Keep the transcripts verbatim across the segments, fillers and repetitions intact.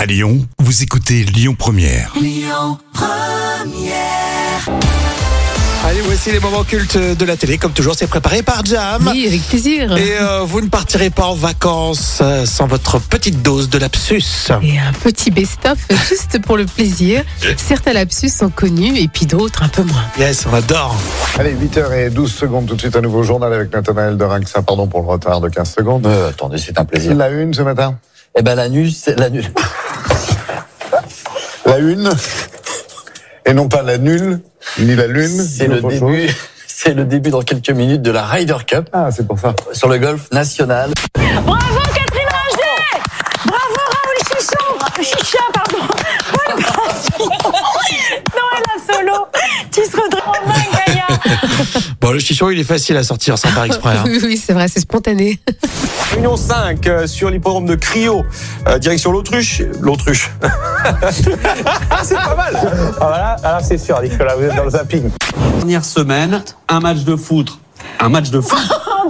À Lyon, vous écoutez Lyon Première. Lyon Première. Allez, voici les moments cultes de la télé. Comme toujours, c'est préparé par Jam. Oui, avec plaisir. Et euh, vous ne partirez pas en vacances euh, sans votre petite dose de lapsus. Et un petit best-of juste pour le plaisir. Certains lapsus sont connus et puis d'autres un peu moins. Yes, on adore. Allez, huit heures douze secondes, tout de suite un nouveau journal avec Nathanaël de Rinxa. Pardon pour le retard de quinze secondes. Euh, attendez, c'est un plaisir. La une ce matin. Eh ben la nuit, c'est la nuit. La une. Et non pas la nulle, ni la lune. C'est ni le autre début. chose. C'est le début dans quelques minutes de la Ryder Cup Ah, c'est pour ça. sur le golf national. Bravo Catherine Ringer. Bravo Raoul Chichon. Chicha, pardon. Noël Solo. Tu se redresses. Romain Gaillard. Bon, le chichon, il est facile à sortir sans faire exprès. Hein. Oui, oui, c'est vrai, c'est spontané. Réunion cinq euh, sur l'hippodrome de Crio, euh, direction l'Autruche. L'Autruche. C'est pas mal. Ah voilà, alors c'est sûr, Nicolas, vous êtes dans le zapping. Dernière semaine, un match de foot. Un match de foot.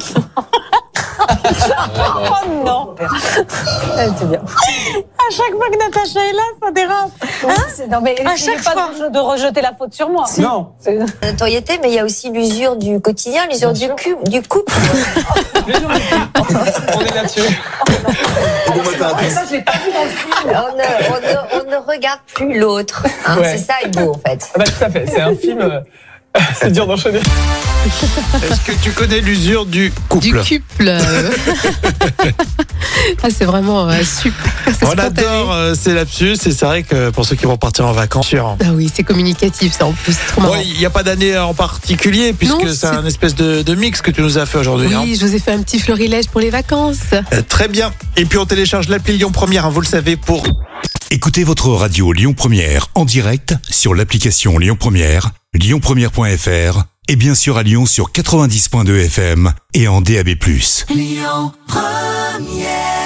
Oh non. C'est bien. À chaque fois que Natacha est là, ça dérape. Hein non mais à chaque fois de, de rejeter la faute sur moi. Non. La notoriété, mais il y a aussi l'usure du quotidien, l'usure du, cu- du couple. On est là-dessus. Ça, je l'ai pas vu dans le film. On ne, on ne, on ne regarde plus l'autre. Hein, Ouais. C'est ça, le beau, en fait. Ah bah tout à fait, c'est un film, euh, c'est dur d'enchaîner. Est-ce que tu connais l'usure du couple? Du couple. Ah, c'est vraiment euh, super. C'est On spontané. adore euh, ces lapsus et c'est vrai que pour ceux qui vont partir en vacances, sûr. Ah oui, c'est communicatif, ça en plus, c'est trop Bon, marrant. il n'y a pas d'année en particulier puisque Non, c'est c'est- un espèce de, de mix que tu nous as fait aujourd'hui. Oui, hein. je vous ai fait un petit florilège pour les vacances. Euh, très bien. Et puis on télécharge l'appli Lyon Première, hein, vous le savez, pour... Écoutez votre radio Lyon Première en direct sur l'application Lyon Première, lyon première point f r et bien sûr à Lyon sur quatre-vingt-dix point deux F M et en D A B plus. Lyon Première.